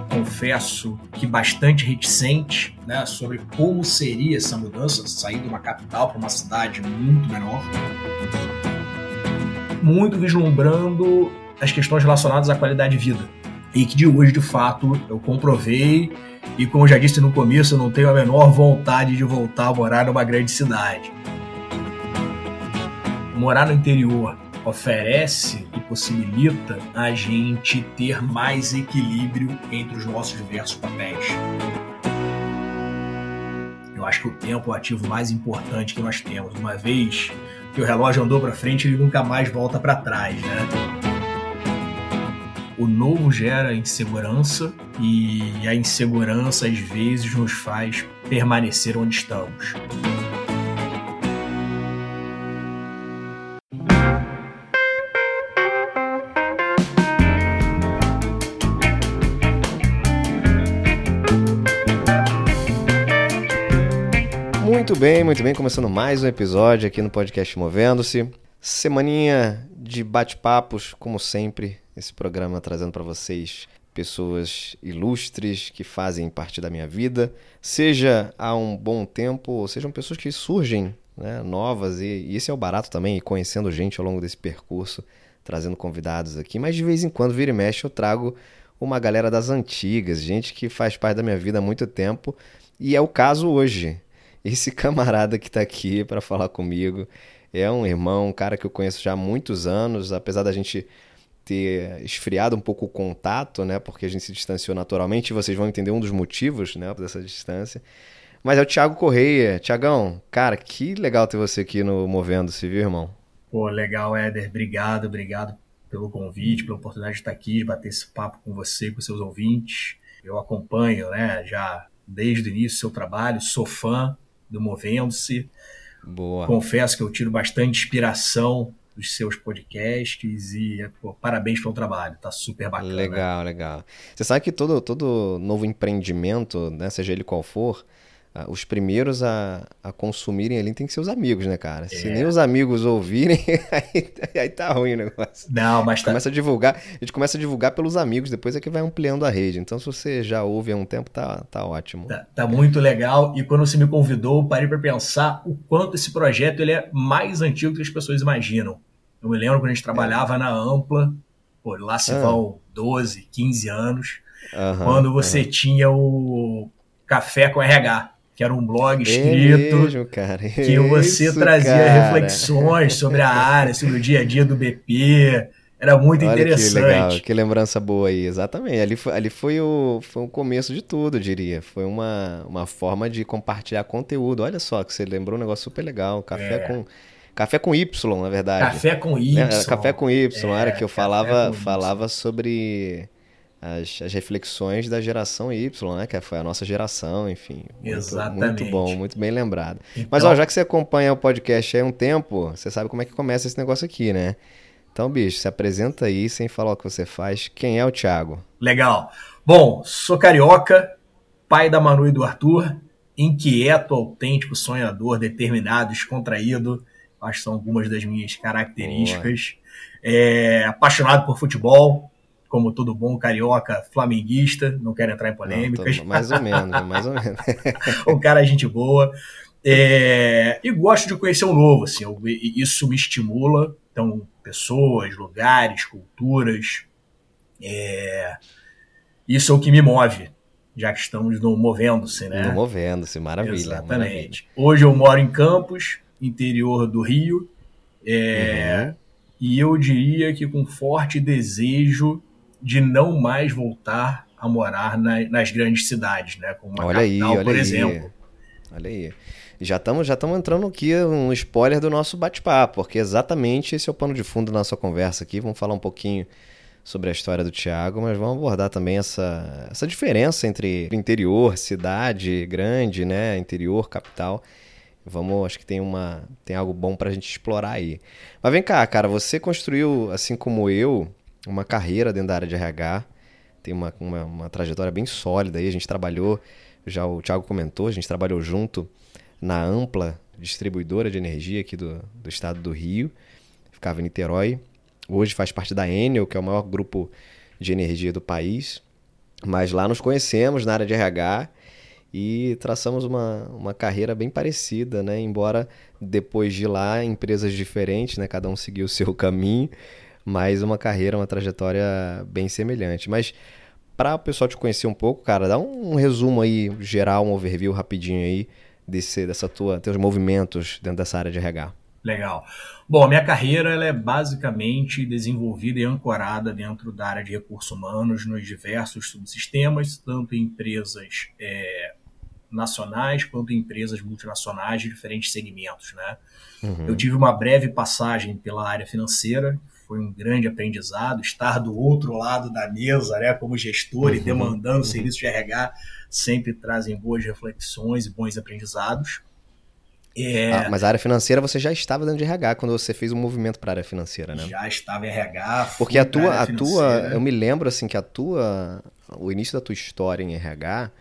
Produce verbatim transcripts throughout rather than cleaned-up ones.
confesso que bastante reticente, né, sobre como seria essa mudança, sair de uma capital para uma cidade muito menor. Muito vislumbrando as questões relacionadas à qualidade de vida. E que de hoje, de fato, eu comprovei. E como eu já disse no começo, eu não tenho a menor vontade de voltar a morar numa grande cidade. Morar no interior oferece e possibilita a gente ter mais equilíbrio entre os nossos diversos papéis. Eu acho que o tempo é o ativo mais importante que nós temos. Uma vez que o relógio andou para frente, ele nunca mais volta para trás, né? O novo gera insegurança e a insegurança, às vezes, nos faz permanecer onde estamos. Muito bem, muito bem. Começando mais um episódio aqui no podcast Movendo-se. Semaninha de bate-papos, como sempre. Esse programa trazendo para vocês pessoas ilustres que fazem parte da minha vida, seja há um bom tempo, ou sejam pessoas que surgem, né, novas, e, e esse é o barato também, ir conhecendo gente ao longo desse percurso, trazendo convidados aqui, mas de vez em quando, vira e mexe, eu trago uma galera das antigas, gente que faz parte da minha vida há muito tempo, e é o caso hoje. Esse camarada que está aqui para falar comigo é um irmão, um cara que eu conheço já há muitos anos, apesar da gente ter esfriado um pouco o contato, né? Porque a gente se distanciou naturalmente e vocês vão entender um dos motivos, né, dessa distância. Mas é o Thiago Correia. Tiagão, cara, que legal ter você aqui no Movendo-se, viu, irmão? Pô, legal, Éder. Obrigado, obrigado pelo convite, pela oportunidade de estar aqui, de bater esse papo com você e com seus ouvintes. Eu acompanho, né, já desde o início do seu trabalho, sou fã do Movendo-se. Boa. Confesso que eu tiro bastante inspiração dos seus podcasts e, pô, parabéns pelo trabalho, tá super bacana. Legal, legal. Você sabe que todo, todo novo empreendimento, né, seja ele qual for, uh, os primeiros a, a consumirem ali tem que ser os amigos, né, cara? Se É. nem os amigos ouvirem, aí, aí tá ruim o negócio. Não, mas tá... começa a divulgar, a gente começa a divulgar pelos amigos, depois é que vai ampliando a rede. Então, se você já ouve há um tempo, tá, tá ótimo. Tá, tá muito legal. E quando você me convidou, eu parei para pensar o quanto esse projeto ele é mais antigo do que as pessoas imaginam. Eu me lembro quando a gente trabalhava é. na Ampla, pô, lá se ah. vão doze, quinze anos, uhum, quando você uhum. tinha o Café com R H, que era um blog escrito, é mesmo, cara. que você Isso, trazia cara. reflexões sobre a área, sobre o dia a dia do B P. Era muito Olha interessante. Que legal, que lembrança boa aí, exatamente. Ali foi, ali foi, o, foi o começo de tudo, eu diria. Foi uma, uma forma de compartilhar conteúdo. Olha só, que você lembrou um negócio super legal. Café, é. com, café com Y, na verdade. Café com Y. É, café com Y, é, era que eu falava, falava sobre as, as reflexões da geração Y, né? Que foi a nossa geração, enfim. Muito, Exatamente. Muito bom, muito bem lembrado. Então... Mas ó, já que você acompanha o podcast há um tempo, você sabe como é que começa esse negócio aqui, né? Então, bicho, se apresenta aí sem falar o que você faz. Quem é o Thiago? Legal. Bom, sou carioca, pai da Manu e do Arthur, inquieto, autêntico, sonhador, determinado, descontraído. Acho que são algumas das minhas características. É, apaixonado por futebol, como todo bom carioca flamenguista. Não quero entrar em polêmicas. Não, tô, mais ou menos, mais ou menos. Um cara gente boa. É, e gosto de conhecer o novo. Assim, eu, isso me estimula. Então, pessoas, lugares, culturas. É... Isso é o que me move, já que estamos no Movendo-se, né? No Movendo-se, maravilha. Exatamente. Maravilha. Hoje eu moro em Campos, interior do Rio, é... uhum. e eu diria que com forte desejo de não mais voltar a morar na, nas grandes cidades, né? Como uma olha capital, aí, olha por aí. exemplo. Olha aí. Já estamos já estamos entrando aqui um spoiler do nosso bate-papo, porque exatamente esse é o pano de fundo da nossa conversa aqui. Vamos falar um pouquinho sobre a história do Thiago, mas vamos abordar também essa, essa diferença entre interior, cidade grande, né, interior, capital. Vamos, acho que tem, uma, tem algo bom para a gente explorar aí. Mas vem cá, cara, você construiu, assim como eu, uma carreira dentro da área de R H, tem uma, uma, uma trajetória bem sólida aí, a gente trabalhou, já o Thiago comentou, a gente trabalhou junto na Ampla, distribuidora de energia aqui do, do estado do Rio, ficava em Niterói. Hoje faz parte da Enel, que é o maior grupo de energia do país. Mas lá nos conhecemos na área de R H e traçamos uma, uma carreira bem parecida, né? Embora depois de lá, empresas diferentes, né? Cada um seguiu o seu caminho, mas uma carreira, uma trajetória bem semelhante. Mas para o pessoal te conhecer um pouco, cara, dá um, um resumo aí, geral, um overview rapidinho aí desse, dessa tua, teus movimentos dentro dessa área de R H. Legal. Bom, a minha carreira ela é basicamente desenvolvida e ancorada dentro da área de recursos humanos nos diversos subsistemas, tanto em empresas é, nacionais quanto em empresas multinacionais de diferentes segmentos, né? Uhum. Eu tive uma breve passagem pela área financeira, foi um grande aprendizado, estar do outro lado da mesa, né, como gestor, uhum, e demandando uhum. serviço de R H sempre trazem boas reflexões e bons aprendizados. É... Ah, mas a área financeira você já estava dentro de R H quando você fez um movimento para a área financeira, né? Já estava em R H. Porque a tua, a tua, eu me lembro assim que a tua, o início da tua história em R H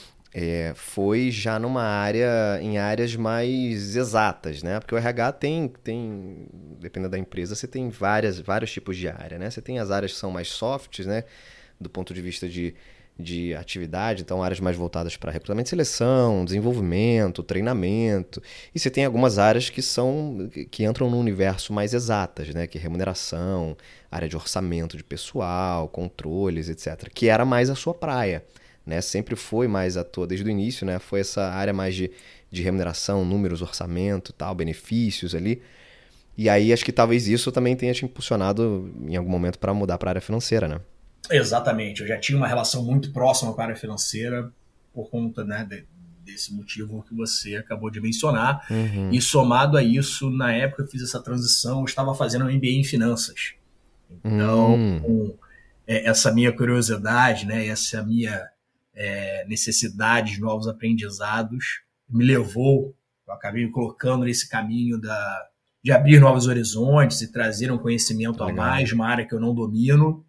é, foi já numa área, em áreas mais exatas, né? Porque o R H tem, tem, dependendo da empresa, você tem várias, vários tipos de área, né? Você tem as áreas que são mais softs, né? Do ponto de vista de de atividade, então áreas mais voltadas para recrutamento e seleção, desenvolvimento, treinamento. E você tem algumas áreas que são que entram no universo mais exatas, né? Que é remuneração, área de orçamento de pessoal, controles, etcétera. Que era mais a sua praia, né? Sempre foi mais a tua, desde o início, né? Foi essa área mais de, de remuneração, números, orçamento, tal, benefícios ali. E aí acho que talvez isso também tenha te impulsionado em algum momento para mudar para a área financeira, né? Exatamente, eu já tinha uma relação muito próxima com a área financeira por conta, né, de, desse motivo que você acabou de mencionar. Uhum. E somado a isso, na época que eu fiz essa transição, eu estava fazendo um M B A em finanças. Então, uhum. com, é, essa minha curiosidade, né, essa minha é, necessidade de novos aprendizados me levou, eu acabei me colocando nesse caminho da, de abrir novos horizontes e trazer um conhecimento Legal. a mais de uma área que eu não domino.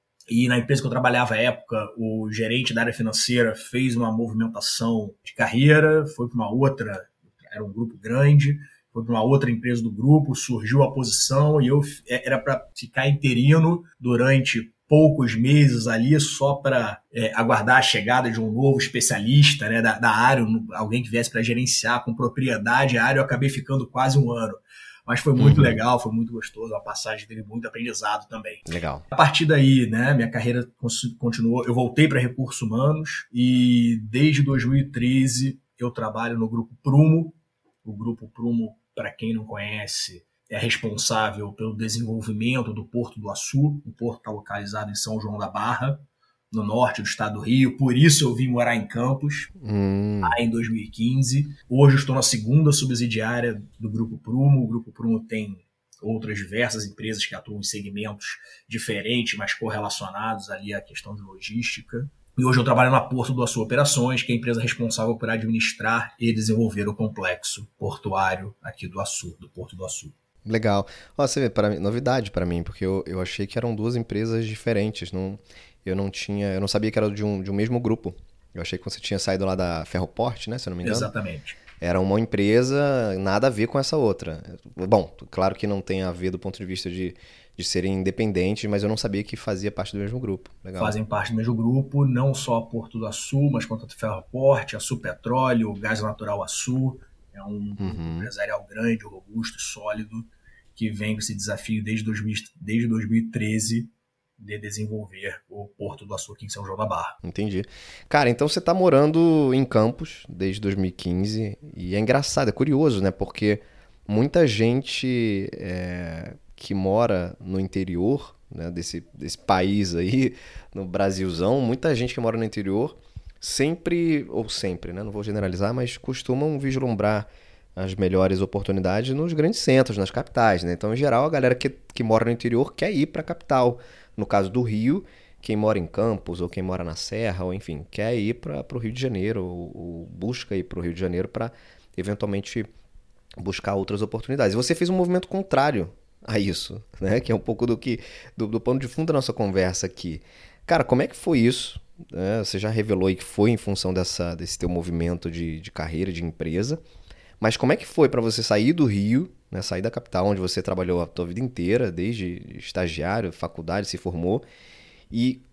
E na empresa que eu trabalhava à época, o gerente da área financeira fez uma movimentação de carreira, foi para uma outra, era um grupo grande, foi para uma outra empresa do grupo, surgiu a posição e eu era para ficar interino durante poucos meses ali, só para é, aguardar a chegada de um novo especialista, né, da, da área, alguém que viesse para gerenciar com propriedade a área. Eu acabei ficando quase um ano. Mas foi muito uhum. legal, foi muito gostoso, a passagem teve muito aprendizado também. Legal. A partir daí, né, minha carreira continuou, eu voltei para recursos humanos e desde dois mil e treze eu trabalho no Grupo Prumo. O Grupo Prumo, para quem não conhece, é responsável pelo desenvolvimento do Porto do Açu. O porto está localizado em São João da Barra, no norte do estado do Rio, por isso eu vim morar em Campos, hum. lá em dois mil e quinze. Hoje eu estou na segunda subsidiária do Grupo Prumo. O Grupo Prumo tem outras diversas empresas que atuam em segmentos diferentes, mas correlacionados ali à questão de logística. E hoje eu trabalho na Porto do Açu Operações, que é a empresa responsável por administrar e desenvolver o complexo portuário aqui do Açu, do Porto do Açu. Legal. Ó, você vê, pra mim, novidade para mim, porque eu, eu achei que eram duas empresas diferentes, não... Eu não tinha, eu não sabia que era de um, de um mesmo grupo. Eu achei que você tinha saído lá da Ferroporte, né? Se eu não me engano. Exatamente. Era uma empresa, nada a ver com essa outra. Bom, claro que não tem a ver do ponto de vista de, de serem independentes, mas eu não sabia que fazia parte do mesmo grupo. Legal. Fazem parte do mesmo grupo, não só a Porto do Açu, mas quanto a Ferroporte, Açu Petróleo, Gás Natural Açu. É um uhum. empresarial grande, robusto, sólido, que vem com esse desafio desde, dois mil, desde dois mil e treze de desenvolver o Porto do Açu aqui em São João da Barra. Entendi. Cara, então você tá morando em Campos desde dois mil e quinze e é engraçado, é curioso, né? Porque muita gente é, que mora no interior, né, desse, desse país aí, no Brasilzão, muita gente que mora no interior sempre, ou sempre, né? Não vou generalizar, mas costumam vislumbrar as melhores oportunidades nos grandes centros, nas capitais, né? Então, em geral, a galera que, que mora no interior quer ir para a capital. No caso do Rio, quem mora em Campos ou quem mora na Serra, ou enfim, quer ir para o Rio de Janeiro, ou, ou busca ir para o Rio de Janeiro para, eventualmente, buscar outras oportunidades. E você fez um movimento contrário a isso, né? Que é um pouco do que do, do pano de fundo da nossa conversa aqui. Cara, como é que foi isso? É, você já revelou aí que foi em função dessa, desse teu movimento de, de carreira, de empresa. Mas como é que foi para você sair do Rio, né, sair da capital, onde você trabalhou a tua vida inteira, desde estagiário, faculdade, se formou, e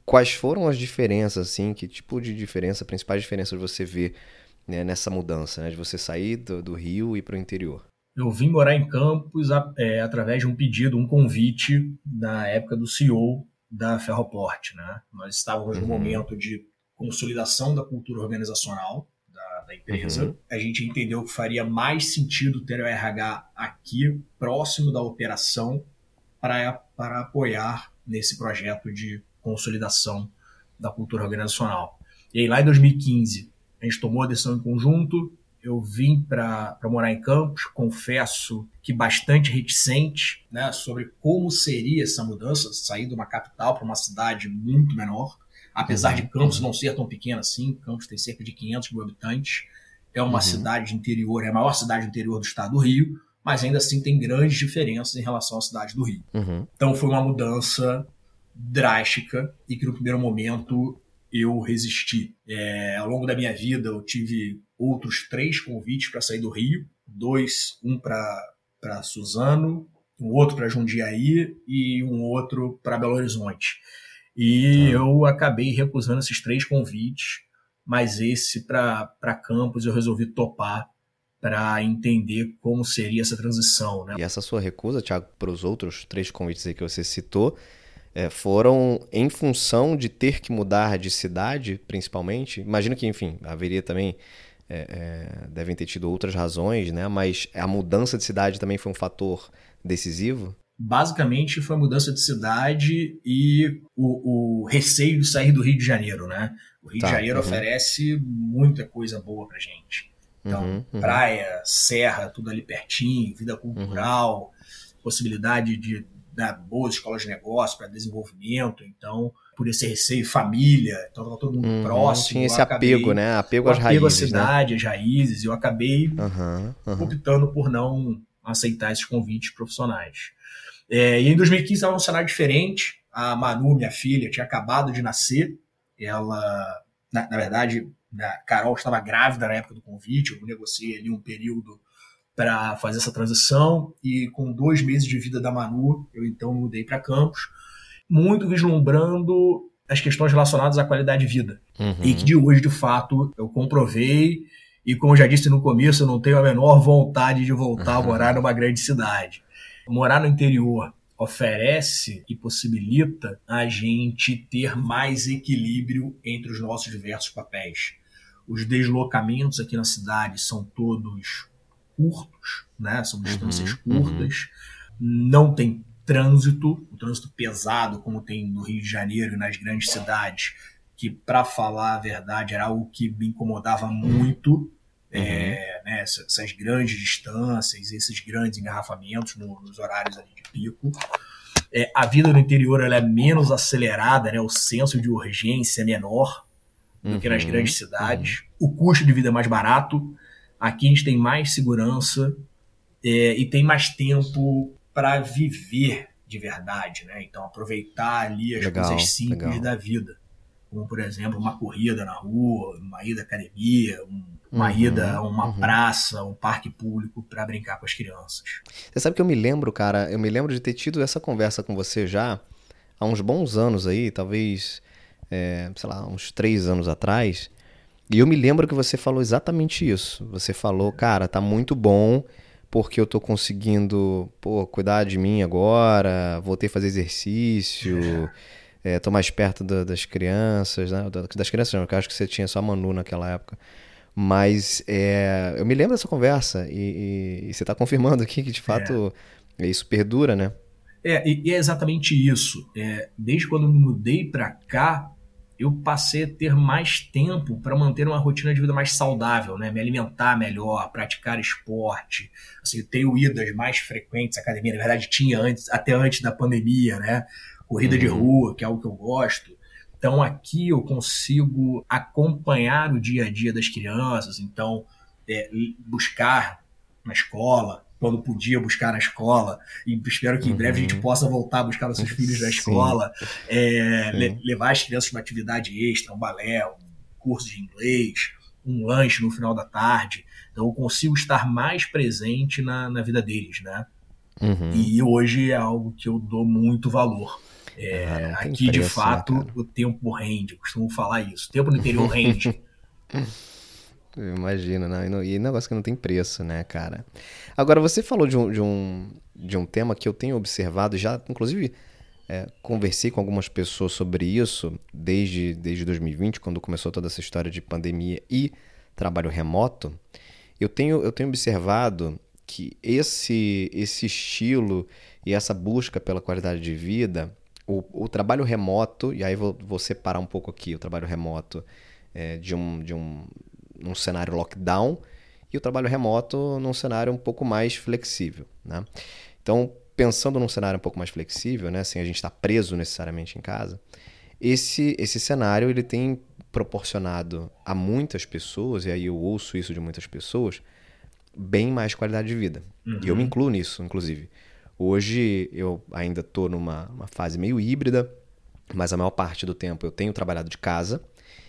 quais foram as diferenças, assim, que tipo de diferença, principais diferenças você vê, né, nessa mudança, né, de você sair do, do Rio e para o interior? Eu vim morar em Campos é, através de um pedido, um convite na época do C E O da Ferroport, né? Nós estávamos uhum. no momento de consolidação da cultura organizacional da, da empresa. Uhum. A gente entendeu que faria mais sentido ter o R H aqui, próximo da operação, para, para apoiar nesse projeto de consolidação da cultura organizacional. E aí, lá em dois mil e quinze, a gente tomou a decisão em conjunto. Eu vim para morar em Campos, confesso que bastante reticente, né, sobre como seria essa mudança, sair de uma capital para uma cidade muito menor, apesar uhum, de Campos uhum. não ser tão pequena assim. Campos tem cerca de quinhentos mil habitantes, é uma uhum. cidade de interior, é a maior cidade do interior do estado do Rio, mas ainda assim tem grandes diferenças em relação à cidade do Rio. Uhum. Então foi uma mudança drástica e que no primeiro momento eu resisti. É, ao longo da minha vida eu tive outros três convites para sair do Rio, dois, um para Suzano, um outro para Jundiaí e um outro para Belo Horizonte. E ah. eu acabei recusando esses três convites, mas esse para Campos eu resolvi topar para entender como seria essa transição, né? E essa sua recusa, Thiago, para os outros três convites aí que você citou, É, foram em função de ter que mudar de cidade, principalmente? Imagino que, enfim, haveria também, é, é, devem ter tido outras razões, né? Mas a mudança de cidade também foi um fator decisivo? Basicamente foi a mudança de cidade e o, o receio de sair do Rio de Janeiro, né? O Rio tá, de Janeiro uhum. oferece muita coisa boa pra gente. Então, uhum, uhum. praia, serra, tudo ali pertinho, vida cultural, uhum. possibilidade de da boas escolas de negócio para desenvolvimento, então por esse receio, família, então estava todo mundo uhum, próximo. Tinha esse acabei, apego, né? Apego às apego raízes, à cidade, né? às raízes, e eu acabei uhum, uhum. optando por não aceitar esses convites profissionais. É, e em dois mil e quinze estava um cenário diferente. A Manu, minha filha, tinha acabado de nascer. Ela, na, na verdade, a Carol estava grávida na época do convite. Eu negociei ali um período para fazer essa transição, e com dois meses de vida da Manu, eu então mudei para Campos, muito vislumbrando as questões relacionadas à qualidade de vida. Uhum. E que de hoje, de fato, eu comprovei, e como eu já disse no começo, eu não tenho a menor vontade de voltar uhum. a morar numa grande cidade. Morar no interior oferece e possibilita a gente ter mais equilíbrio entre os nossos diversos papéis. Os deslocamentos aqui na cidade são todos curtos, né? São distâncias uhum, curtas, uhum. não tem trânsito, um trânsito pesado como tem no Rio de Janeiro e nas grandes cidades, que, para falar a verdade, era algo que me incomodava muito, uhum. é, né? essas, essas grandes distâncias, esses grandes engarrafamentos no, nos horários ali de pico. É, a vida no interior ela é menos acelerada, né? O senso de urgência é menor do uhum, que nas grandes cidades, uhum. o custo de vida é mais barato. Aqui a gente tem mais segurança é, e tem mais tempo para viver de verdade, né? Então aproveitar ali as legal, coisas simples legal. da vida, como por exemplo uma corrida na rua, uma ida à academia, um, uma uhum, ida a uma uhum. praça, um parque público para brincar com as crianças. Você sabe que eu me lembro, cara, eu me lembro de ter tido essa conversa com você já há uns bons anos aí, talvez, é, sei lá, uns três anos atrás. E eu me lembro que você falou exatamente isso. Você falou, cara, tá muito bom porque eu tô conseguindo, pô, cuidar de mim agora, voltei a fazer exercício, é, tô mais perto da, das crianças, né? Das crianças não, porque eu acho que você tinha só a Manu naquela época. Mas é, eu me lembro dessa conversa e, e, e você tá confirmando aqui que de fato é. isso perdura, né? É, e, e é exatamente isso. É, desde quando eu me mudei pra cá, eu passei a ter mais tempo para manter uma rotina de vida mais saudável, né? Me alimentar melhor, praticar esporte. Assim, eu tenho idas mais frequentes à academia. Na verdade, tinha antes, até antes da pandemia, né? Corrida uhum. de rua, que é algo que eu gosto. Então, aqui eu consigo acompanhar o dia a dia das crianças. Então, é, buscar na escola, quando podia buscar na escola, e espero que em breve uhum. a gente possa voltar a buscar nossos filhos na escola, é, le- levar as crianças para uma atividade extra, um balé, um curso de inglês, um lanche no final da tarde. Então eu consigo estar mais presente na, na vida deles, né? Uhum. E hoje é algo que eu dou muito valor. Ah, não tem Aqui, de preço, né, fato, cara? o tempo rende, eu costumo falar isso. O tempo no interior rende. Imagina, não, e não- e negócio que não tem preço, né, cara? Agora, você falou de um, de um, de um tema que eu tenho observado, já, inclusive, é, conversei com algumas pessoas sobre isso desde, desde dois mil e vinte, quando começou toda essa história de pandemia e trabalho remoto. Eu tenho, eu tenho observado que esse, esse estilo e essa busca pela qualidade de vida, o, o trabalho remoto, e aí vou, vou separar um pouco aqui o trabalho remoto é, de um, de um, um cenário lockdown e o trabalho remoto num cenário um pouco mais flexível, né? Então, pensando num cenário um pouco mais flexível, né, sem a gente estar preso necessariamente em casa, esse, esse cenário ele tem proporcionado a muitas pessoas, e aí eu ouço isso de muitas pessoas, bem mais qualidade de vida. E eu me Uhum. incluo nisso, inclusive. Hoje eu ainda estou numa uma fase meio híbrida, mas a maior parte do tempo eu tenho trabalhado de casa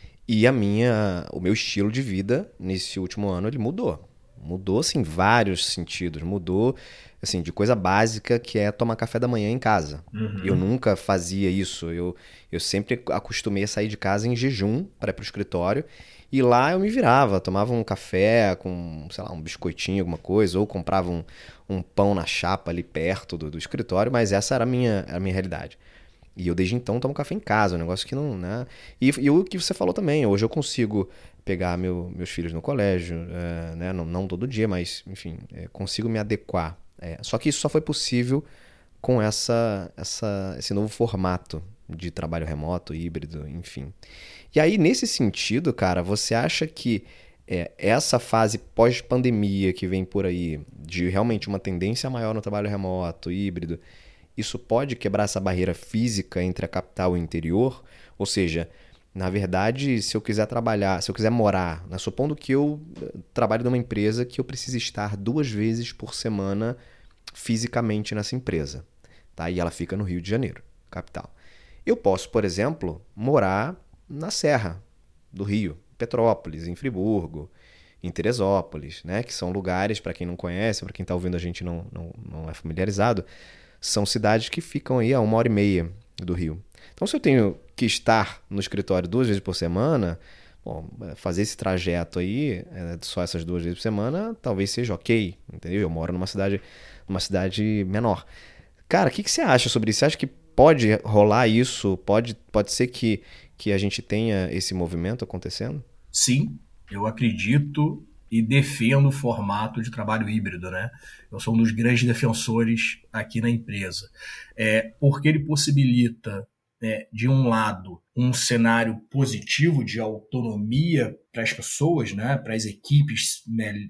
e a minha, o meu estilo de vida nesse último ano ele mudou. Mudou assim, em vários sentidos. Mudou assim, de coisa básica que é tomar café da manhã em casa. Eu Uhum. nunca fazia isso. Eu, eu sempre acostumei a sair de casa em jejum para ir para o escritório. E lá eu me virava, tomava um café com, sei lá, um biscoitinho, alguma coisa, ou comprava um, um pão na chapa ali perto do, do escritório, mas essa era a minha, era a minha realidade. E eu desde então tomo café em casa, um negócio que não, né? E, e o que você falou também, hoje eu consigo pegar meu, meus filhos no colégio, é, né? Não, não todo dia, mas enfim, é, consigo me adequar. É, só que isso só foi possível com essa, essa, esse novo formato de trabalho remoto, híbrido, enfim. E aí, nesse sentido, cara, você acha que é, essa fase pós-pandemia que vem por aí, de realmente uma tendência maior no trabalho remoto, híbrido, isso pode quebrar essa barreira física entre a capital e o interior? Ou seja, na verdade, se eu quiser trabalhar, se eu quiser morar, né, supondo que eu eh, trabalho numa empresa que eu precise estar duas vezes por semana fisicamente nessa empresa, tá? E ela fica no Rio de Janeiro, capital. Eu posso, por exemplo, morar na Serra do Rio, Petrópolis, em Friburgo, em Teresópolis, né? Que são lugares, para quem não conhece, para quem está ouvindo a gente não, não, não é familiarizado, são cidades que ficam aí a uma hora e meia do Rio. Então, se eu tenho que estar no escritório duas vezes por semana, bom, fazer esse trajeto aí, é, só essas duas vezes por semana, talvez seja ok, entendeu? Eu moro numa cidade, numa cidade menor. Cara, o que, que você acha sobre isso? Você acha que pode rolar isso? Pode, pode ser que, que a gente tenha esse movimento acontecendo? Sim, eu acredito e defendo o formato de trabalho híbrido, né? Eu sou um dos grandes defensores aqui na empresa, é, porque ele possibilita, é, de um lado, um cenário positivo de autonomia para as pessoas, né? Para as equipes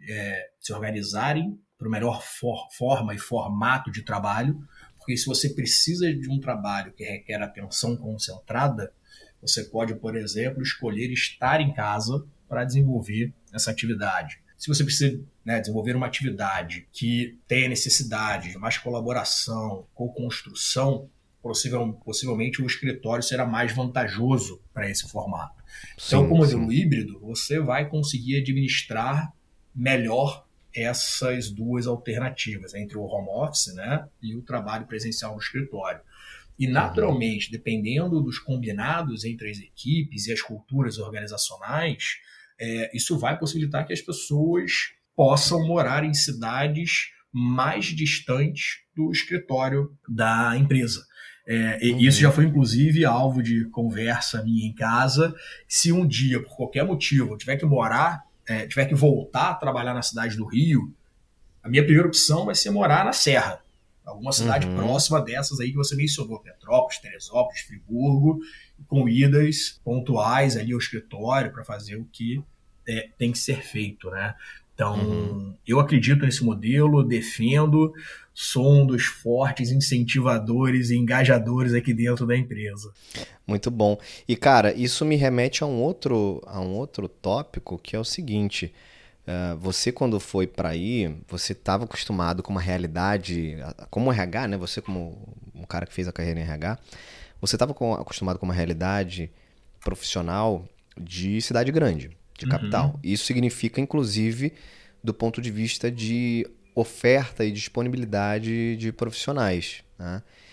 é, se organizarem para a melhor for- forma e formato de trabalho, porque se você precisa de um trabalho que requer atenção concentrada, você pode, por exemplo, escolher estar em casa para desenvolver essa atividade. Se você precisa, né, desenvolver uma atividade que tenha necessidade de mais colaboração, co-construção, possivel, possivelmente o escritório será mais vantajoso para esse formato. Então, com o Sim, modelo sim. híbrido, você vai conseguir administrar melhor essas duas alternativas, entre o home office, né, e o trabalho presencial no escritório. E, Uhum. naturalmente, dependendo dos combinados entre as equipes e as culturas organizacionais, é, isso vai possibilitar que as pessoas possam morar em cidades mais distantes do escritório da empresa. É, e isso já Uhum. foi, inclusive, alvo de conversa minha em casa. Se um dia, por qualquer motivo, eu tiver que morar, é, tiver que voltar a trabalhar na cidade do Rio, a minha primeira opção vai ser morar na Serra. Alguma cidade Uhum. próxima dessas aí que você mencionou, Petrópolis, Teresópolis, Friburgo, com idas pontuais ali ao escritório para fazer o que é, tem que ser feito, né? Uhum. Então, eu acredito nesse modelo, defendo, sou um dos fortes incentivadores e engajadores aqui dentro da empresa. Muito bom. E, cara, isso me remete a um outro, a um outro tópico que é o seguinte. Uh, você, quando foi para aí, você estava acostumado com uma realidade, como R H, né? Você, como um cara que fez a carreira em R H, você estava acostumado com uma realidade profissional de cidade grande, de capital. Uhum. Isso significa, inclusive, do ponto de vista de oferta e disponibilidade de profissionais, né?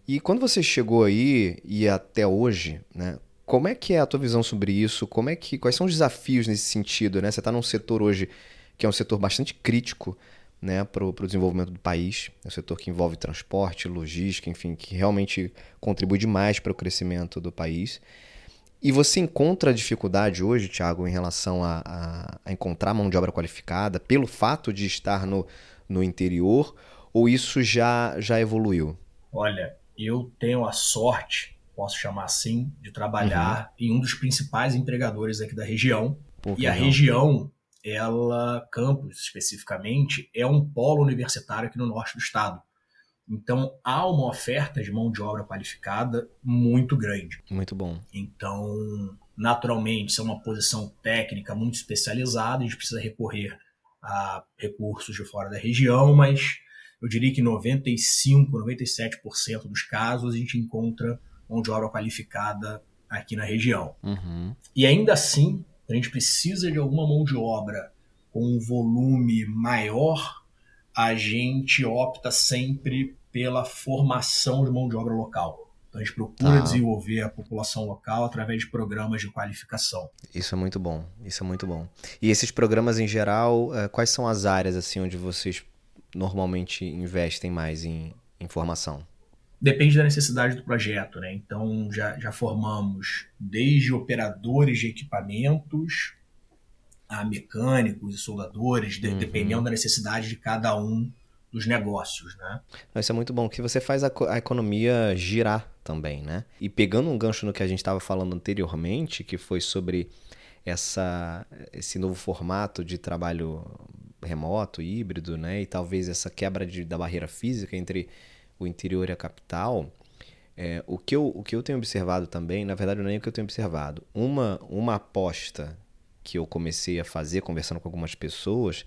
E quando você chegou aí e até hoje, né? Como é que é a tua visão sobre isso? Como é que, quais são os desafios nesse sentido, né? Você está num setor hoje que é um setor bastante crítico, né, para o desenvolvimento do país. É um setor que envolve transporte, logística, enfim, que realmente contribui demais para o crescimento do país. E você encontra dificuldade hoje, Thiago, em relação a, a, a encontrar mão de obra qualificada pelo fato de estar no, no interior, ou isso já, já evoluiu? Olha, eu tenho a sorte, posso chamar assim, de Uhum. trabalhar em um dos principais empregadores aqui da região. Pô, que E a legal. região, ela, campus especificamente, é um polo universitário aqui no norte do estado. Então, há uma oferta de mão de obra qualificada muito grande. Muito bom. Então, naturalmente, isso é uma posição técnica muito especializada, a gente precisa recorrer a recursos de fora da região, mas eu diria que noventa e cinco, noventa e sete por cento dos casos a gente encontra mão de obra qualificada aqui na região. Uhum. E ainda assim, a gente precisa de alguma mão de obra com um volume maior, a gente opta sempre pela formação de mão de obra local. Então a gente procura Tá. desenvolver a população local através de programas de qualificação. Isso é muito bom. Isso é muito bom. E esses programas em geral, eh, quais são as áreas assim onde vocês normalmente investem mais em, em formação? Depende da necessidade do projeto, né? Então já, já formamos desde operadores de equipamentos a mecânicos e soldadores, de, dependendo Uhum. da necessidade de cada um dos negócios, né? Isso é muito bom, que você faz a, co- a economia girar também, né? E pegando um gancho no que a gente estava falando anteriormente, que foi sobre essa, esse novo formato de trabalho remoto, híbrido, né? E talvez essa quebra de, da barreira física entre o interior e a capital. É, o, que eu, o que eu tenho observado também, na verdade não é nem o que eu tenho observado, uma, uma aposta que eu comecei a fazer conversando com algumas pessoas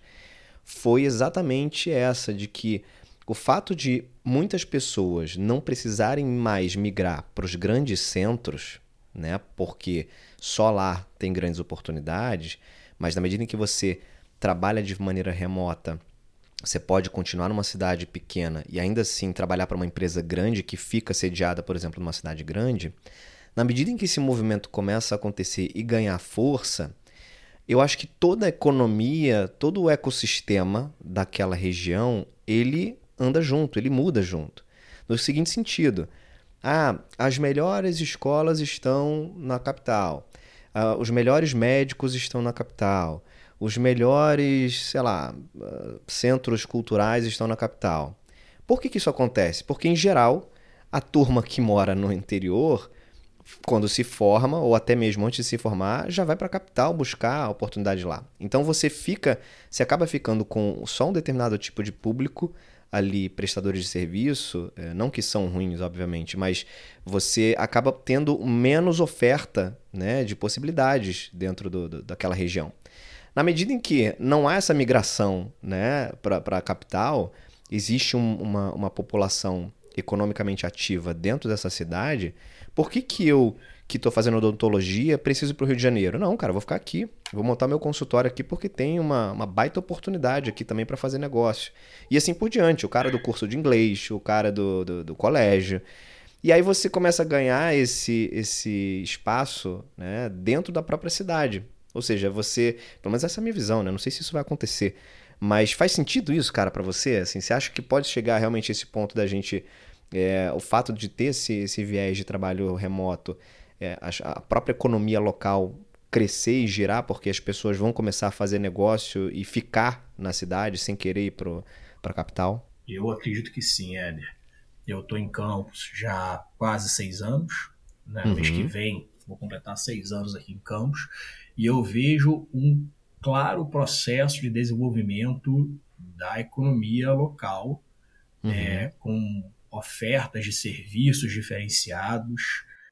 foi exatamente essa, de que o fato de muitas pessoas não precisarem mais migrar para os grandes centros, né, porque só lá tem grandes oportunidades, mas na medida em que você trabalha de maneira remota, você pode continuar numa cidade pequena e ainda assim trabalhar para uma empresa grande que fica sediada, por exemplo, numa cidade grande. Na medida em que esse movimento começa a acontecer e ganhar força, eu acho que toda a economia, todo o ecossistema daquela região, ele anda junto, ele muda junto. No seguinte sentido, ah, as melhores escolas estão na capital, ah, os melhores médicos estão na capital, os melhores, sei lá, ah, centros culturais estão na capital. Por que que isso acontece? Porque, em geral, a turma que mora no interior, quando se forma, ou até mesmo antes de se formar, já vai para a capital buscar a oportunidade lá. Então você fica, você acaba ficando com só um determinado tipo de público ali, prestadores de serviço, não que são ruins, obviamente, mas você acaba tendo menos oferta, né, de possibilidades dentro do, do, daquela região. Na medida em que não há essa migração, né, para a capital, existe um, uma, uma população economicamente ativa dentro dessa cidade. Por que que eu, que estou fazendo odontologia, preciso ir para o Rio de Janeiro? Não, cara, vou ficar aqui. Vou montar meu consultório aqui porque tem uma, uma baita oportunidade aqui também para fazer negócio. E assim por diante. O cara do curso de inglês, o cara do, do, do colégio. E aí você começa a ganhar esse, esse espaço, né, dentro da própria cidade. Ou seja, você... Pelo menos essa é a minha visão, né? Não sei se isso vai acontecer. Mas faz sentido isso, cara, para você? Assim, você acha que pode chegar realmente a esse ponto da gente... É, o fato de ter esse, esse viés de trabalho remoto, é, a, a própria economia local crescer e girar, porque as pessoas vão começar a fazer negócio e ficar na cidade sem querer ir para a capital? Eu acredito que sim, Éder. Eu estou em Campos já há quase seis anos. Né? Mês que Uhum. vem vou completar seis anos aqui em Campos. E eu vejo um claro processo de desenvolvimento da economia local, Uhum. é, com ofertas de serviços diferenciados,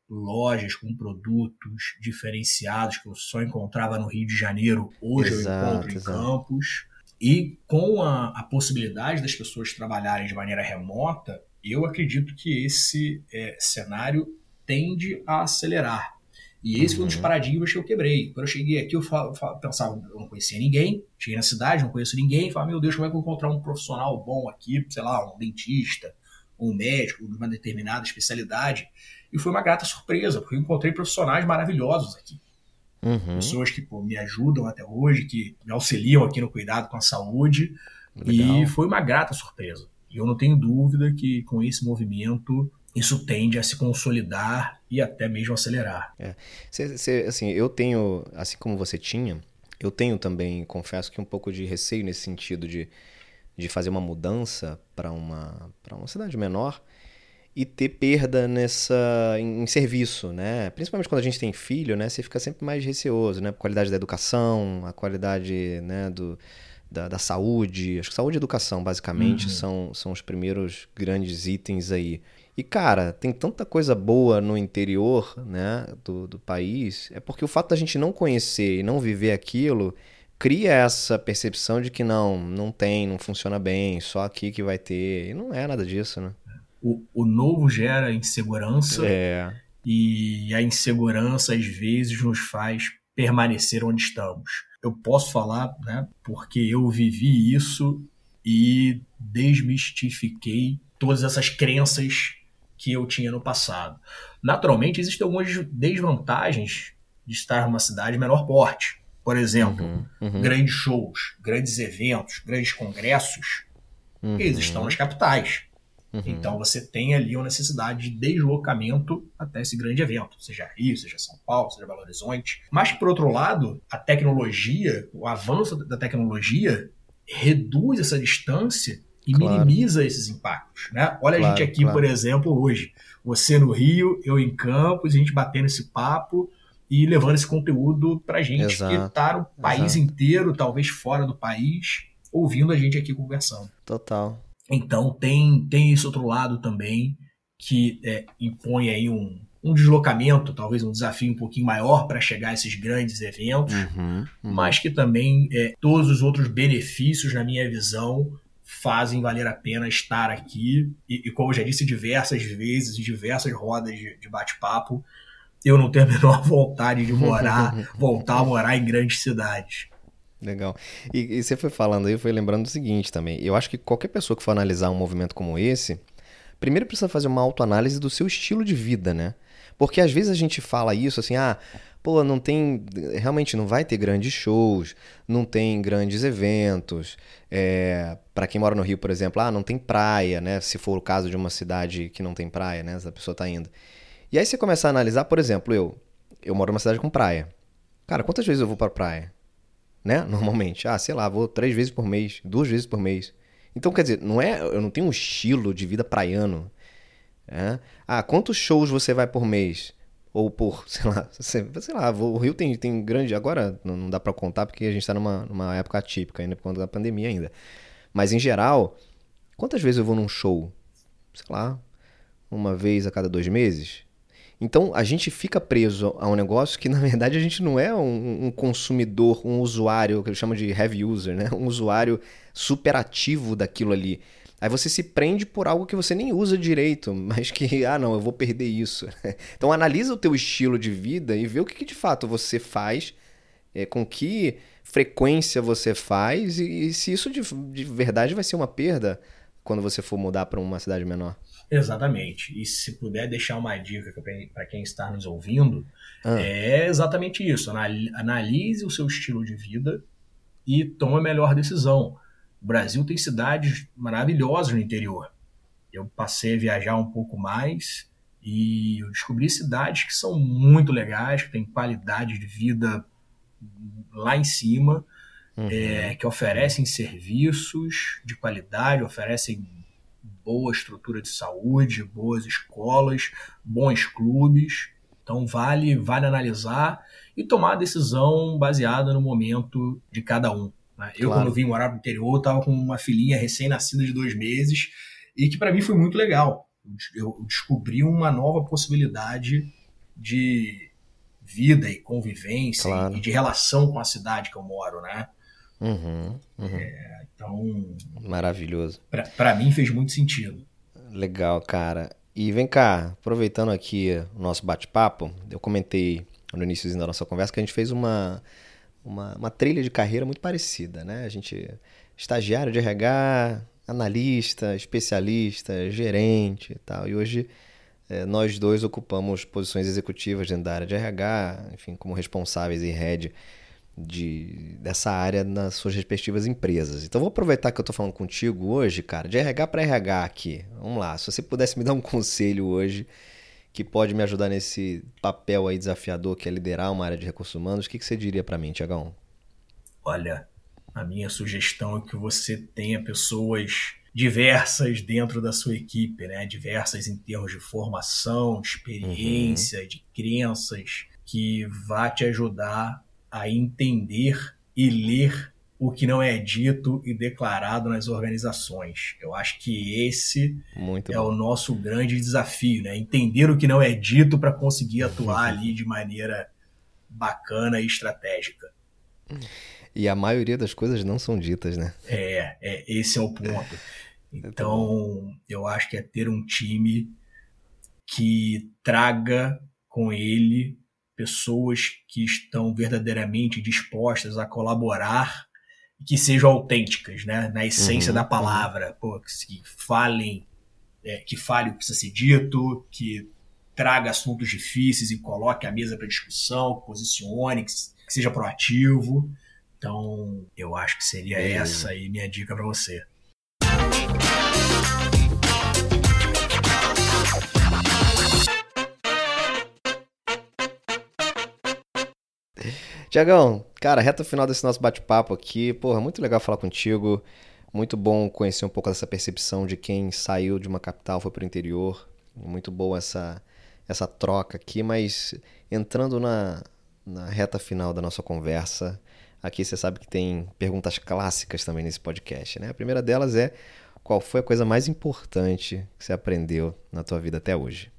lojas com produtos diferenciados que eu só encontrava no Rio de Janeiro, hoje eu encontro Exato, em exato. Campos. E com a, a possibilidade das pessoas trabalharem de maneira remota, eu acredito que esse é, cenário tende a acelerar. E esse foi um dos Uhum. paradigmas que eu quebrei. Quando eu cheguei aqui, eu falo, falo, pensava, eu não conhecia ninguém, cheguei na cidade, não conheço ninguém, falava, meu Deus, como é que eu vou encontrar um profissional bom aqui, sei lá, um dentista, ou um médico, de uma determinada especialidade. E foi uma grata surpresa, porque eu encontrei profissionais maravilhosos aqui. Uhum. Pessoas que pô, me ajudam até hoje, que me auxiliam aqui no cuidado com a saúde. Legal. E foi uma grata surpresa. E eu não tenho dúvida que com esse movimento isso tende a se consolidar e até mesmo acelerar. É. Cê, cê, assim, eu tenho, assim como você tinha, eu tenho também, confesso que um pouco de receio nesse sentido de, de fazer uma mudança para uma, para uma cidade menor e ter perda nessa, em, em serviço, né? Principalmente quando a gente tem filho, né? Você fica sempre mais receoso, né? A qualidade da educação, a qualidade, né, do, da, da saúde. Acho que saúde e educação, basicamente, Uhum. são, são os primeiros grandes itens aí. E, cara, tem tanta coisa boa no interior, né, do, do país. É porque o fato da gente não conhecer e não viver aquilo cria essa percepção de que não, não tem, não funciona bem, só aqui que vai ter. E não é nada disso, né? O, o novo gera insegurança É. e a insegurança às vezes nos faz permanecer onde estamos. Eu posso falar, né, porque eu vivi isso e desmistifiquei todas essas crenças que eu tinha no passado. Naturalmente, existem algumas desvantagens de estar numa cidade de menor porte. Por exemplo, Uhum, uhum, grandes shows, grandes eventos, grandes congressos, eles estão nas uhum, capitais. uhum. Então você tem ali uma necessidade de deslocamento até esse grande evento, seja Rio, seja São Paulo, seja Belo Horizonte. Mas, por outro lado, a tecnologia, o avanço da tecnologia reduz essa distância e Claro, minimiza esses impactos. Né? Olha a gente claro, aqui, por claro. exemplo, hoje. Você no Rio, eu em Campos, a gente batendo esse papo e levando esse conteúdo para gente que Exato, está no país exato. inteiro, talvez fora do país, ouvindo a gente aqui conversando. Total. Então tem, tem esse outro lado também que é, impõe aí um, um deslocamento, talvez um desafio um pouquinho maior para chegar a esses grandes eventos, Uhum, uhum. mas que também é, todos os outros benefícios, na minha visão, fazem valer a pena estar aqui. E, e como eu já disse diversas vezes, em diversas rodas de, de bate-papo, eu não tenho a menor vontade de morar, voltar a morar em grandes cidades. Legal. E, e você foi falando aí, eu fui lembrando do seguinte também. Eu acho que qualquer pessoa que for analisar um movimento como esse, primeiro precisa fazer uma autoanálise do seu estilo de vida, né? Porque às vezes a gente fala isso assim, ah, pô, não tem, realmente não vai ter grandes shows, não tem grandes eventos. É, para quem mora no Rio, por exemplo, ah, não tem praia, né? Se for o caso de uma cidade que não tem praia, né? Essa pessoa tá indo. E aí você começa a analisar, por exemplo, eu, eu moro numa cidade com praia. Cara, quantas vezes eu vou pra praia? Né? Normalmente. Ah, sei lá, vou três vezes por mês, duas vezes por mês. Então, quer dizer, não é, eu não tenho um estilo de vida praiano. Né? Ah, quantos shows você vai por mês? Ou por, sei lá, sei lá, o Rio tem, tem grande. Agora não dá pra contar porque a gente tá numa, numa época atípica, ainda por conta da pandemia ainda. Mas em geral, quantas vezes eu vou num show? Sei lá, uma vez a cada dois meses? Então a gente fica preso a um negócio que na verdade a gente não é um, um consumidor, um usuário, que eles chamam de heavy user, né? Um usuário superativo daquilo ali. Aí você se prende por algo que você nem usa direito, mas que, ah não, eu vou perder isso. Então analisa o teu estilo de vida e vê o que, que de fato você faz, é, com que frequência você faz e, e se isso de, de verdade vai ser uma perda quando você for mudar para uma cidade menor. Exatamente. E se puder deixar uma dica para quem está nos ouvindo, Ah, é exatamente isso. Analise o seu estilo de vida e tome a melhor decisão. O Brasil tem cidades maravilhosas no interior. Eu passei a viajar um pouco mais e eu descobri cidades que são muito legais, que têm qualidade de vida lá em cima, é, uhum, que uhum. oferecem serviços de qualidade, oferecem boa estrutura de saúde, boas escolas, bons clubes. Então vale, vale analisar e tomar a decisão baseada no momento de cada um. Né? Eu, quando Claro. vim morar no interior, estava com uma filhinha recém-nascida de dois meses e que para mim foi muito legal. Eu descobri uma nova possibilidade de vida e convivência e Claro. de relação com a cidade que eu moro, né? Uhum, uhum. Então, Maravilhoso. para mim fez muito sentido. Legal, cara. E vem cá, aproveitando aqui o nosso bate-papo, eu comentei no início da nossa conversa que a gente fez uma, uma, uma trilha de carreira muito parecida, né? A gente, estagiário de R H, analista, especialista, gerente e tal. E hoje é, nós dois ocupamos posições executivas dentro da área de R H, enfim, como responsáveis e head de, dessa área nas suas respectivas empresas. Então vou aproveitar que eu estou falando contigo hoje, cara, de R H para R H aqui. Vamos lá, se você pudesse me dar um conselho hoje que pode me ajudar nesse papel aí desafiador que é liderar uma área de recursos humanos, o que, que você diria para mim, Tiagão? Olha, a minha sugestão é que você tenha pessoas diversas dentro da sua equipe, né? Diversas em termos de formação, de experiência, uhum. de crenças, que vá te ajudar a entender e ler o que não é dito e declarado nas organizações. Eu acho que esse Muito é bom. o nosso grande desafio, né? Entender o que não é dito para conseguir atuar ali de maneira bacana e estratégica. E a maioria das coisas não são ditas, né? É, é esse é o ponto. Então, eu acho que é ter um time que traga com ele pessoas que estão verdadeiramente dispostas a colaborar e que sejam autênticas, né? Na essência uhum, da palavra. Uhum. Pô, que falem, é, que fale o que precisa ser dito, que traga assuntos difíceis e coloque a mesa para discussão, posicione, que, que seja proativo. Então, eu acho que seria é. essa aí minha dica para você. Tiagão, cara, reta final desse nosso bate-papo aqui, porra, muito legal falar contigo, muito bom conhecer um pouco dessa percepção de quem saiu de uma capital, foi pro interior, muito boa essa, essa troca aqui, mas entrando na, na reta final da nossa conversa, aqui você sabe que tem perguntas clássicas também nesse podcast, né? A primeira delas é, qual foi a coisa mais importante que você aprendeu na tua vida até hoje?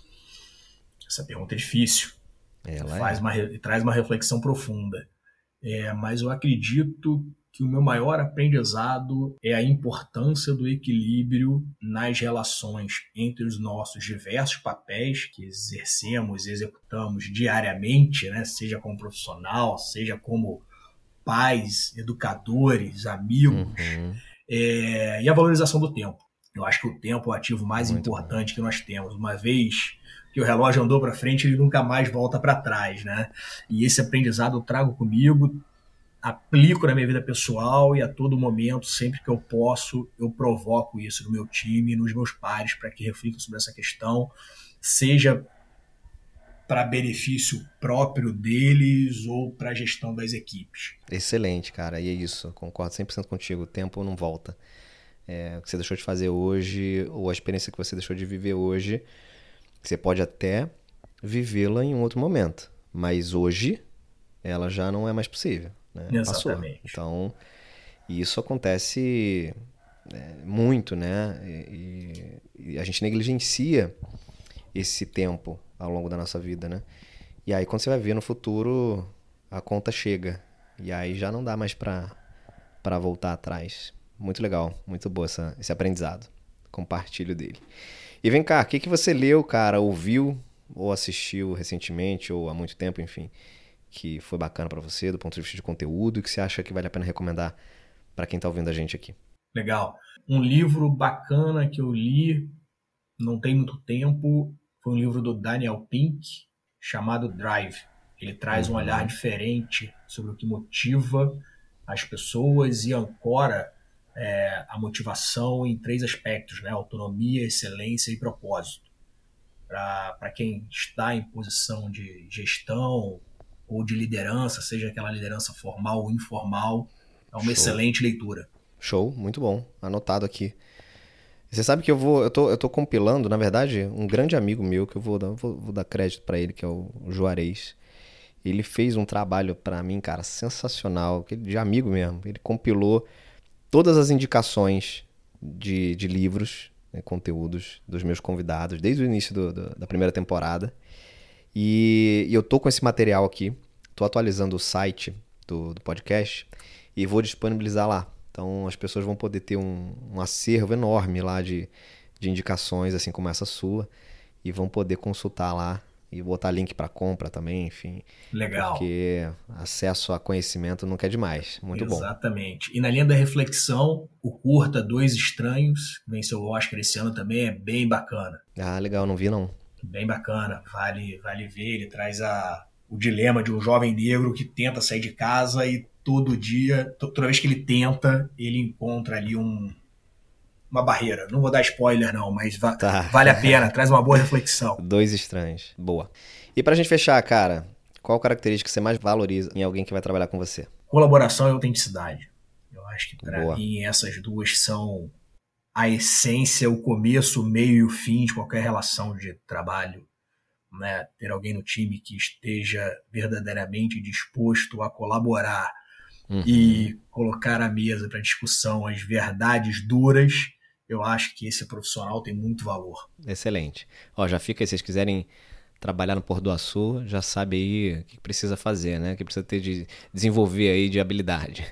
Essa pergunta é difícil. Ela Faz é. uma, traz uma reflexão profunda. É, mas eu acredito que o meu maior aprendizado é a importância do equilíbrio nas relações entre os nossos diversos papéis que exercemos e executamos diariamente, né? Seja como profissional, seja como pais, educadores, amigos, uhum. é, e a valorização do tempo. Eu acho que o tempo é o ativo mais Muito importante bom. que nós temos. Uma vez que o relógio andou para frente, ele nunca mais volta para trás, né? E esse aprendizado eu trago comigo, aplico na minha vida pessoal e a todo momento, sempre que eu posso, eu provoco isso no meu time e nos meus pares para que reflitam sobre essa questão, seja para benefício próprio deles ou para a gestão das equipes. Excelente, cara. E é isso, concordo cem por cento contigo. O tempo não volta. É, o que você deixou de fazer hoje, ou a experiência que você deixou de viver hoje, você pode até vivê-la em um outro momento, mas hoje ela já não é mais possível, né? Exatamente. Passou. Então, isso acontece é, muito, né? E, e a gente negligencia esse tempo ao longo da nossa vida, né? E aí, quando você vai ver no futuro, a conta chega. E aí já não dá mais para para voltar atrás. Muito legal, muito boa essa, esse aprendizado. Compartilho dele. E vem cá, o que, que você leu, cara, ouviu ou assistiu recentemente ou há muito tempo, enfim, que foi bacana para você do ponto de vista de conteúdo e que você acha que vale a pena recomendar para quem tá ouvindo a gente aqui? Legal. Um livro bacana que eu li não tem muito tempo foi um livro do Daniel Pink chamado Drive. Ele traz uhum. um olhar diferente sobre o que motiva as pessoas e ancora É, a motivação em três aspectos, né? Autonomia, excelência e propósito. Para quem está em posição de gestão ou de liderança, seja aquela liderança formal ou informal, é uma Show. excelente leitura. Show, muito bom. Anotado aqui. Você sabe que eu vou, eu tô, eu tô compilando, na verdade, um grande amigo meu, que eu vou dar, vou, vou dar crédito para ele, que é o Juarez. Ele fez um trabalho para mim, cara, sensacional, de amigo mesmo. Ele compilou todas as indicações de, de livros, né, conteúdos dos meus convidados, desde o início do, do, da primeira temporada. E, e eu tô com esse material aqui, tô atualizando o site do, do podcast e vou disponibilizar lá. Então as pessoas vão poder ter um, um acervo enorme lá de, de indicações, assim como essa sua, e vão poder consultar lá e botar link para compra também, enfim. Legal. Porque acesso a conhecimento nunca é demais. Muito bom. Exatamente. E na linha da reflexão, o curta Dois Estranhos, que venceu o Oscar esse ano também, é bem bacana. Ah, legal, não vi não. Bem bacana, vale, vale ver. Ele traz a, o dilema de um jovem negro que tenta sair de casa e todo dia, toda vez que ele tenta, ele encontra ali um, uma barreira. Não vou dar spoiler não, mas va- Tá. vale a pena, traz uma boa reflexão. Dois Estranhos. Boa. E pra gente fechar, cara, qual característica você mais valoriza em alguém que vai trabalhar com você? Colaboração e autenticidade. Eu acho que para Boa. mim essas duas são a essência, o começo, o meio e o fim de qualquer relação de trabalho. Né? Ter alguém no time que esteja verdadeiramente disposto a colaborar Uhum. e colocar à mesa para discussão as verdades duras, eu acho que esse profissional tem muito valor. Excelente. Ó, já fica aí, se vocês quiserem trabalhar no Porto do Açu, já sabe aí o que precisa fazer, né? O que precisa ter de desenvolver aí de habilidade.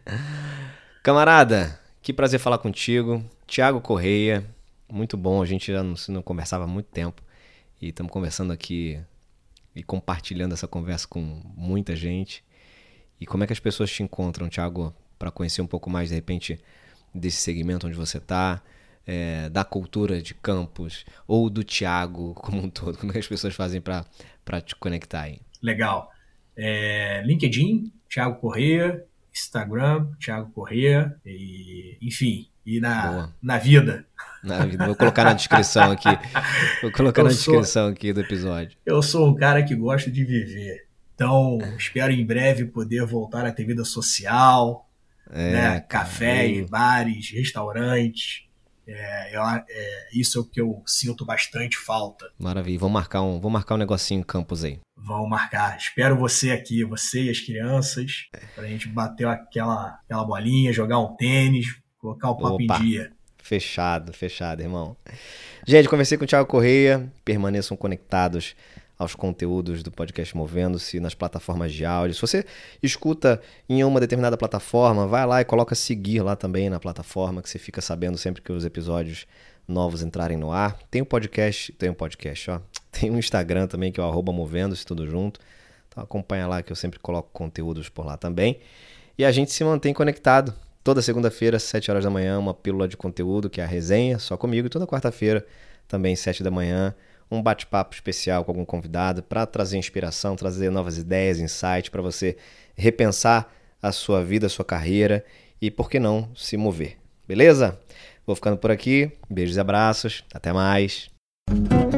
Camarada, que prazer falar contigo. Thiago Correia, muito bom. A gente já não, não conversava há muito tempo e estamos conversando aqui e compartilhando essa conversa com muita gente. E como é que as pessoas te encontram, Thiago, para conhecer um pouco mais, de repente, desse segmento onde você está, é, da cultura de Campos ou do Thiago como um todo? Como é que as pessoas fazem para te conectar aí? Legal. É, LinkedIn, Thiago Correia, Instagram, Thiago Correia, e, enfim, e na, na vida. Na vida. Vou colocar na descrição aqui. Vou colocar Eu na sou- descrição aqui do episódio. Eu sou um cara que gosta de viver. Então, espero em breve poder voltar a ter vida social, É, né? cara, Cafés, eu- bares, restaurantes. É, eu- é, isso é o que eu sinto bastante falta. Maravilha. Vamos marcar um, vamos marcar um negocinho em Campos aí. Vão marcar. Espero você aqui, você e as crianças, pra gente bater aquela, aquela bolinha, jogar um tênis, colocar o papo Opa. em dia. Fechado, fechado, irmão. Gente, conversei com o Thiago Correia. Permaneçam conectados aos conteúdos do podcast Movendo-se nas plataformas de áudio. Se você escuta em uma determinada plataforma, vai lá e coloca seguir lá também na plataforma, que você fica sabendo sempre que os episódios novos entrarem no ar. Tem um podcast, tem um podcast, ó. Tem um Instagram também, que é o arroba Movendo-se, tudo junto. Então acompanha lá que eu sempre coloco conteúdos por lá também. E a gente se mantém conectado. Toda segunda-feira, às sete horas da manhã, uma pílula de conteúdo, que é a resenha, só comigo. E toda quarta-feira, também, sete da manhã, um bate-papo especial com algum convidado para trazer inspiração, trazer novas ideias, insights, para você repensar a sua vida, a sua carreira e, por que não, se mover. Beleza? Vou ficando por aqui. Beijos e abraços. Até mais.